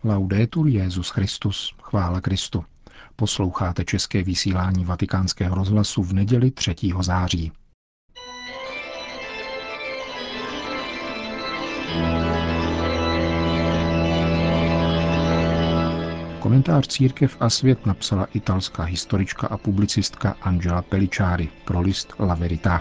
Laudetur Jesus Christus, chvála Kristu. Posloucháte české vysílání Vatikánského rozhlasu v neděli 3. září. Komentář Církev a svět napsala italská historička a publicistka Angela Pellicciari pro list La Verità.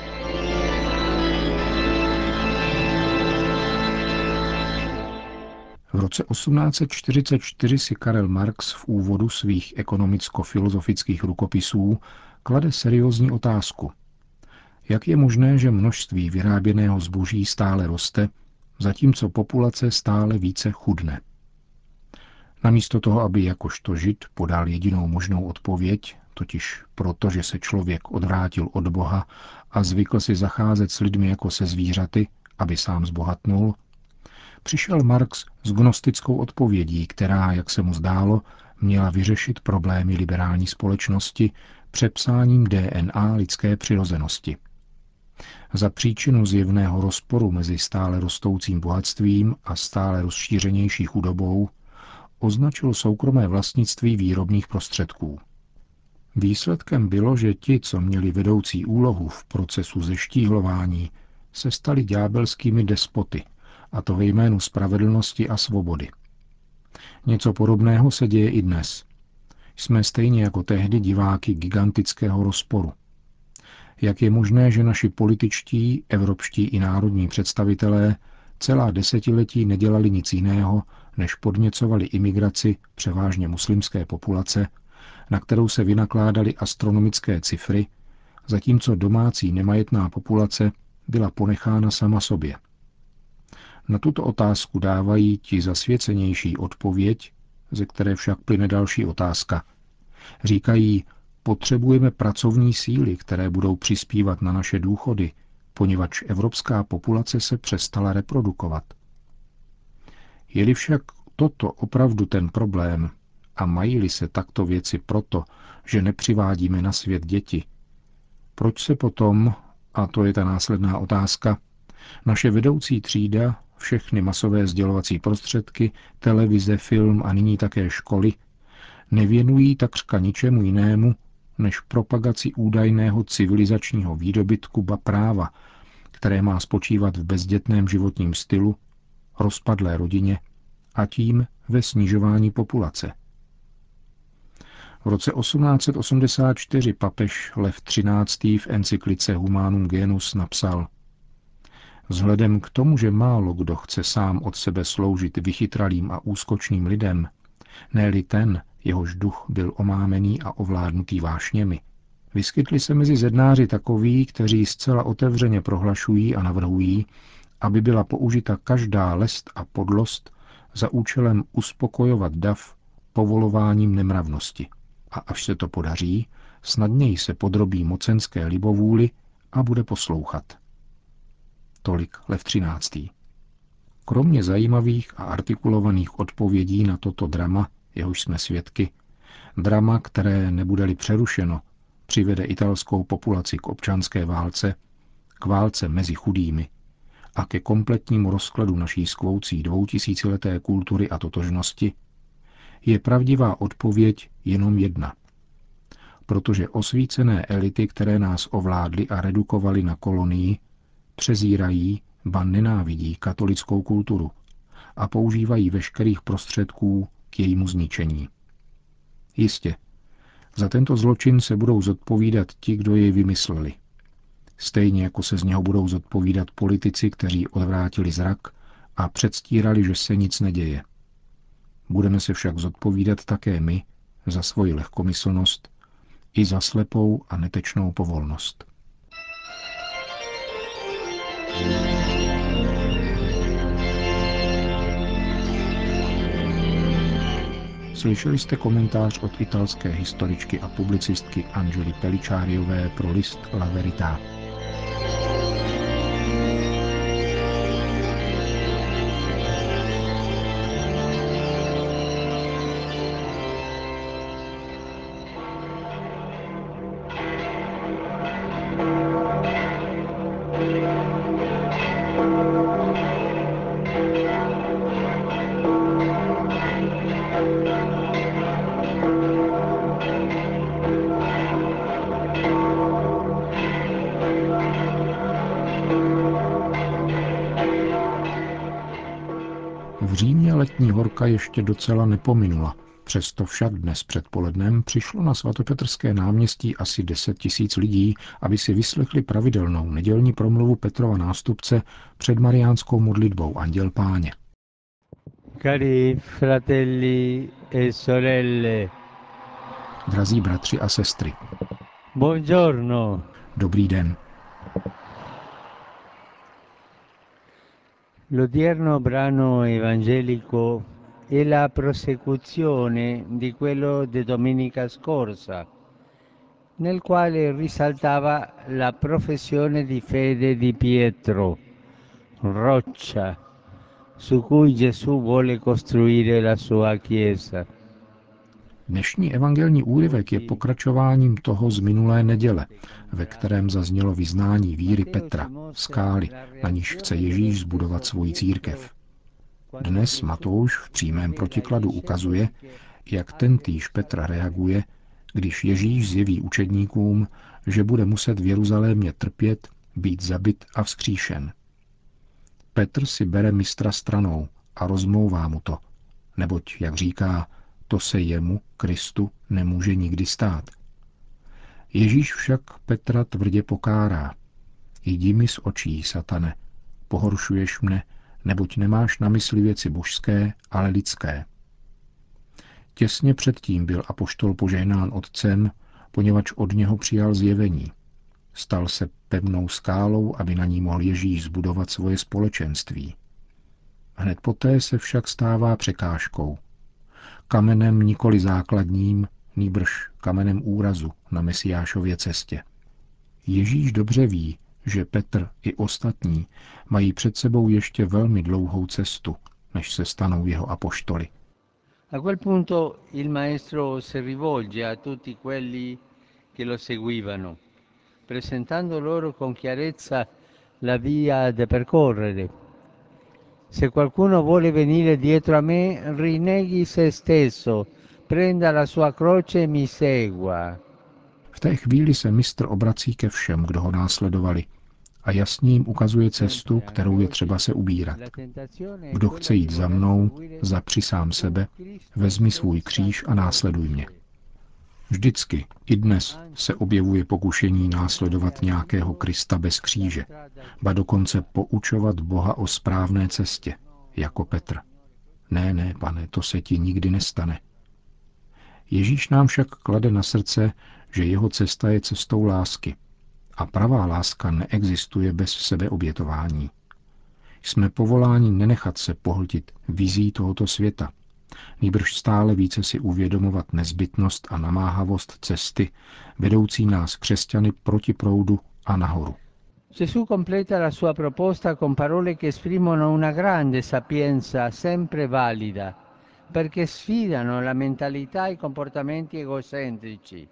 V roce 1844 si Karel Marx v úvodu svých ekonomicko-filozofických rukopisů klade seriózní otázku. Jak je možné, že množství vyráběného zboží stále roste, zatímco populace stále více chudne? Namísto toho, aby jakožto Žid podal jedinou možnou odpověď, totiž proto, že se člověk odvrátil od Boha a zvykl si zacházet s lidmi jako se zvířaty, aby sám zbohatnul, přišel Marx s gnostickou odpovědí, která, jak se mu zdálo, měla vyřešit problémy liberální společnosti přepsáním DNA lidské přirozenosti. Za příčinu zjevného rozporu mezi stále rostoucím bohatstvím a stále rozšířenější chudobou označil soukromé vlastnictví výrobních prostředků. Výsledkem bylo, že ti, co měli vedoucí úlohu v procesu zeštíhlování, se stali ďábelskými despoty, a to ve jménu spravedlnosti a svobody. Něco podobného se děje i dnes. Jsme stejně jako tehdy diváky gigantického rozporu. Jak je možné, že naši političtí, evropští i národní představitelé celá desetiletí nedělali nic jiného, než podněcovali imigraci převážně muslimské populace, na kterou se vynakládaly astronomické cifry, zatímco domácí nemajetná populace byla ponechána sama sobě. Na tuto otázku dávají ti zasvěcenější odpověď, ze které však plyne další otázka. Říkají, potřebujeme pracovní síly, které budou přispívat na naše důchody, poněvadž evropská populace se přestala reprodukovat. Je-li však toto opravdu ten problém a mají-li se takto věci proto, že nepřivádíme na svět děti, proč se potom, a to je ta následná otázka, naše vedoucí třída, všechny masové sdělovací prostředky, televize, film a nyní také školy nevěnují takřka ničemu jinému, než propagaci údajného civilizačního výdobytku ba práva, které má spočívat v bezdětném životním stylu, rozpadlé rodině a tím ve snižování populace. V roce 1884 papež Lev XIII. V encyklice Humanum Genus napsal: Vzhledem k tomu, že málo kdo chce sám od sebe sloužit vychytralým a úskočným lidem, ne-li ten, jehož duch byl omámený a ovládnutý vášněmi, vyskytli se mezi zednáři takoví, kteří zcela otevřeně prohlašují a navrhují, aby byla použita každá lest a podlost za účelem uspokojovat dav povolováním nemravnosti. A až se to podaří, snadněji se podrobí mocenské libovůli a bude poslouchat. Tolik Lev XIII. Kromě zajímavých a artikulovaných odpovědí na toto drama, jehož jsme svědky, drama, které nebude-li přerušeno, přivede italskou populaci k občanské válce, k válce mezi chudými a ke kompletnímu rozkladu naší skvoucí dvoutisícileté kultury a totožnosti, je pravdivá odpověď jenom jedna. Protože osvícené elity, které nás ovládly a redukovaly na kolonii, přezírají, ba nenávidí katolickou kulturu a používají veškerých prostředků k jejímu zničení. Jistě, za tento zločin se budou zodpovídat ti, kdo jej vymysleli. Stejně jako se z něho budou zodpovídat politici, kteří odvrátili zrak a předstírali, že se nic neděje. Budeme se však zodpovídat také my za svoji lehkomyslnost i za slepou a netečnou povolnost. Slyšeli jste komentář od italské historičky a publicistky Angely Pellicciariové pro list La Verità. V Římě letní horka ještě docela nepominula. Přesto však dnes předpolednem přišlo na svatopetrské náměstí asi 10 000 lidí, aby si vyslechli pravidelnou nedělní promluvu Petrova nástupce před mariánskou modlitbou Anděl Páně. Cari fratelli e sorelle, Drazí bratři a sestry, buongiorno. dobrý den. L'odierno brano evangelico è la prosecuzione di quello di domenica scorsa, nel quale risaltava la professione di fede di Pietro, roccia su cui Gesù vuole costruire la sua Chiesa. Dnešní evangelní úryvek je pokračováním toho z minulé neděle, ve kterém zaznělo vyznání víry Petra, skály, na níž chce Ježíš zbudovat svoji církev. Dnes Matouš v přímém protikladu ukazuje, jak tentýž Petr reaguje, když Ježíš zjeví učedníkům, že bude muset v Jeruzalémě trpět, být zabit a vzkříšen. Petr si bere mistra stranou a rozmlouvá mu to, neboť, jak říká, to se jemu, Kristu, nemůže nikdy stát. Ježíš však Petra tvrdě pokárá. Jdi mi z očí, satane, pohoršuješ mne, neboť nemáš na mysli věci božské, ale lidské. Těsně předtím byl apoštol požehnán Otcem, poněvadž od něho přijal zjevení. Stal se pevnou skálou, aby na ní mohl Ježíš zbudovat svoje společenství. Hned poté se však stává překážkou. Kamenem nikoli základním, nýbrž kamenem úrazu na Mesiášově cestě. Ježíš dobře ví, že Petr i ostatní mají před sebou ještě velmi dlouhou cestu, než se stanou jeho apoštoly. A quel punto il maestro si rivolge a tutti quelli che lo seguivano, presentando loro con chiarezza la via da percorrere. Se qualcuno vuole venire dietro a me, rinneghi se stesso, prenda la sua croce e mi segua. V té chvíli se mistr obrací ke všem, kdo ho následovali, a jasně jim ukazuje cestu, kterou je třeba se ubírat. Kdo chce jít za mnou, zapři sám sebe, vezmi svůj kříž a následuj mě. Vždycky, i dnes, se objevuje pokušení následovat nějakého Krista bez kříže, ba dokonce poučovat Boha o správné cestě, jako Petr. Ne, pane, to se ti nikdy nestane. Ježíš nám však klade na srdce, že jeho cesta je cestou lásky. A pravá láska neexistuje bez sebeobětování. Jsme povoláni nenechat se pohltit vizí tohoto světa, nýbrž stále více si uvědomovat nezbytnost a namáhavost cesty, vedoucí nás křesťany proti proudu a nahoru. Gesù completa la sua proposta con parole che esprimono una grande sapienza sempre valida, perché sfidano la mentalità e i comportamenti egocentrici.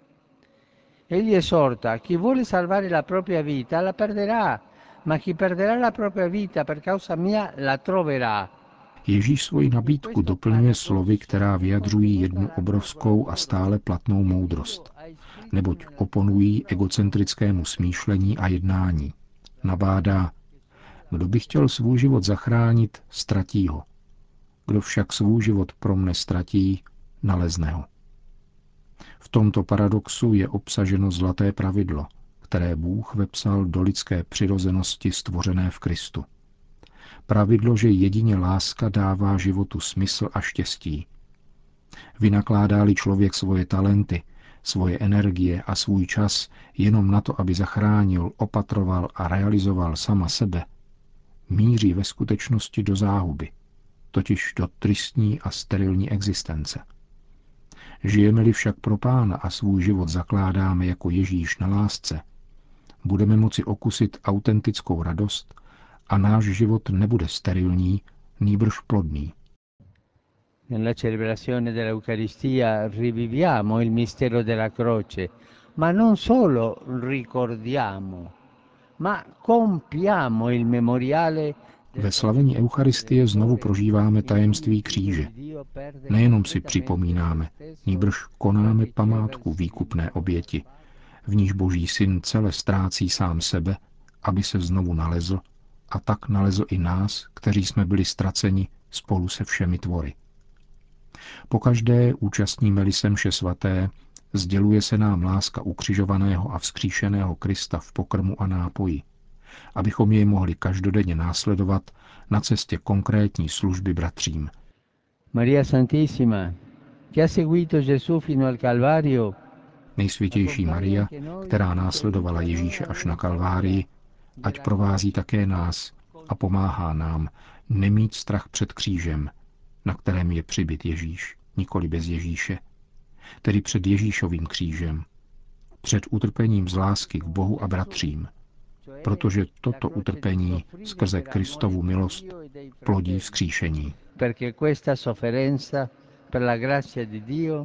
Egli esorta: chi vuole salvare la propria vita la perderà, ma chi perderà la propria vita per causa mia la troverà. Ježíš svoji nabídku doplňuje slovy, která vyjadřují jednu obrovskou a stále platnou moudrost, neboť oponují egocentrickému smýšlení a jednání. Nabádá: kdo by chtěl svůj život zachránit, ztratí ho. Kdo však svůj život pro mne ztratí, nalezne ho. V tomto paradoxu je obsaženo zlaté pravidlo, které Bůh vepsal do lidské přirozenosti stvořené v Kristu. Pravidlo, že jedině láska dává životu smysl a štěstí. Vynakládá-li člověk svoje talenty, svoje energie a svůj čas jenom na to, aby zachránil, opatroval a realizoval sama sebe, míří ve skutečnosti do záhuby, totiž do tristní a sterilní existence. Žijeme-li však pro Pána a svůj život zakládáme jako Ježíš na lásce, budeme moci okusit autentickou radost a náš život nebude sterilní, nýbrž plodný. Nella celebrazione dell'Eucaristia riviviamo il mistero della croce, ma non solo ricordiamo, ma compiamo il memoriale. Ve slavení Eucharistie znovu prožíváme tajemství kříže. Nejenom si připomínáme, nýbrž konáme památku výkupné oběti, v níž Boží syn celé ztrácí sám sebe, aby se znovu nalezl, a tak nalezl i nás, kteří jsme byli ztraceni, spolu se všemi tvory. Pokaždé účastníme-li se mše svaté, sděluje se nám láska ukřižovaného a vzkříšeného Krista v pokrmu a nápoji, abychom jej mohli každodenně následovat na cestě konkrétní služby bratřím. Maria Santissima, che ha seguito Gesù fino al Calvario, Nejsvětější Maria, která následovala Ježíše až na Kalvárii, ať provází také nás a pomáhá nám nemít strach před křížem, na kterém je přibyt Ježíš, nikoli bez Ježíše, tedy před Ježíšovým křížem, před utrpením z lásky k Bohu a bratřím, protože toto utrpení skrze Kristovu milost plodí vzkříšení. perché questa sofferenza per la grazia di Dio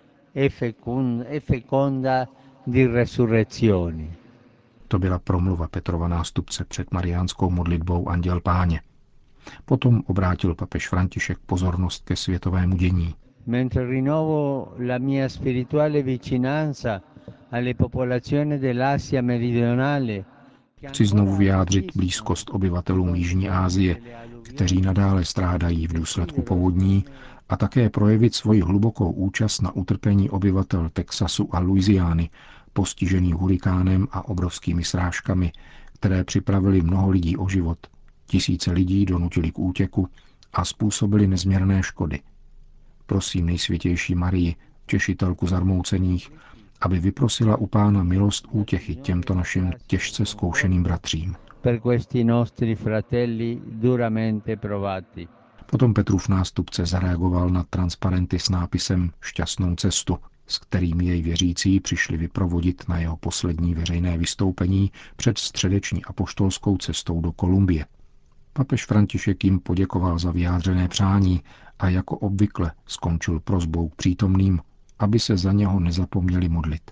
è feconda di resurrezioni. To byla promluva Petrova nástupce před mariánskou modlitbou Anděl Páně. Potom obrátil papež František pozornost ke světovému dění. Mentre rinnovo la mia spirituale vicinanza alle popolazioni dell'Asia meridionale, Chci znovu vyjádřit blízkost obyvatelům Jižní Asie, kteří nadále strádají v důsledku povodní, a také projevit svoji hlubokou účast na utrpení obyvatel Texasu a Louisiany, postižených hurikánem a obrovskými srážkami, které připravili mnoho lidí o život, tisíce lidí donutili k útěku a způsobili nezměrné škody. Prosím nejsvětější Marii, těšitelku zarmoucených, aby vyprosila u Pána milost útěchy těmto našim těžce zkoušeným bratřím. per questi nostri fratelli duramente provati. Potom Petrův nástupce zareagoval na transparenty s nápisem Šťastnou cestu, s kterým jej věřící přišli vyprovodit na jeho poslední veřejné vystoupení před středeční apoštolskou cestou do Kolumbie. Papež František jim poděkoval za vyjádřené přání a jako obvykle skončil prosbou k přítomným, aby se za něho nezapomněli modlit.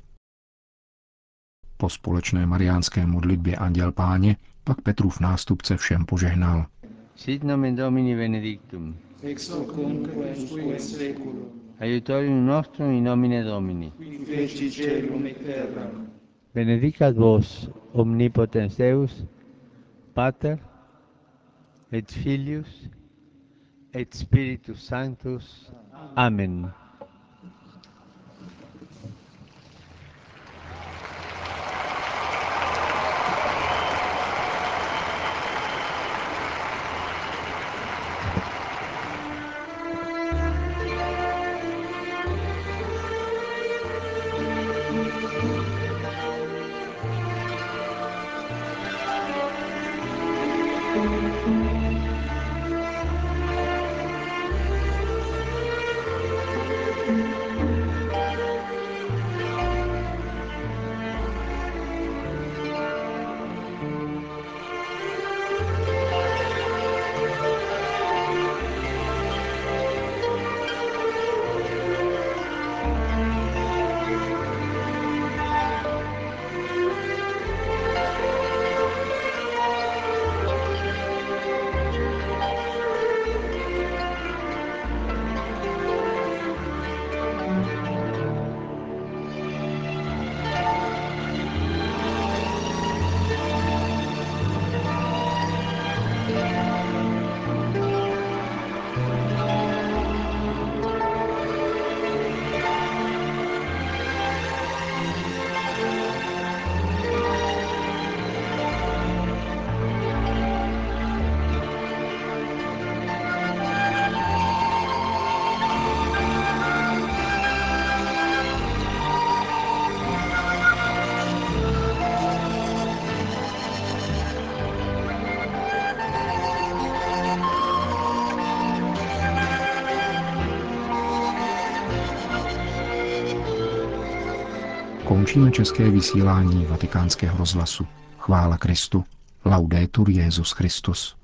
Po společné mariánské modlitbě Anděl Páně pak Petrův nástupce všem požehnal. Sit nomen Domini benedictum. Ex hoc nunc et usque in seculum. Aiutorium nostrum in nomine Domini. Qui feci caelum et terram. Benedicat vos omnipotens Deus, Pater et Filius et Spiritus Sanctus. Amen. Končíme české vysílání Vatikánského rozhlasu. Chvála Kristu. Laudetur Jesus Christus.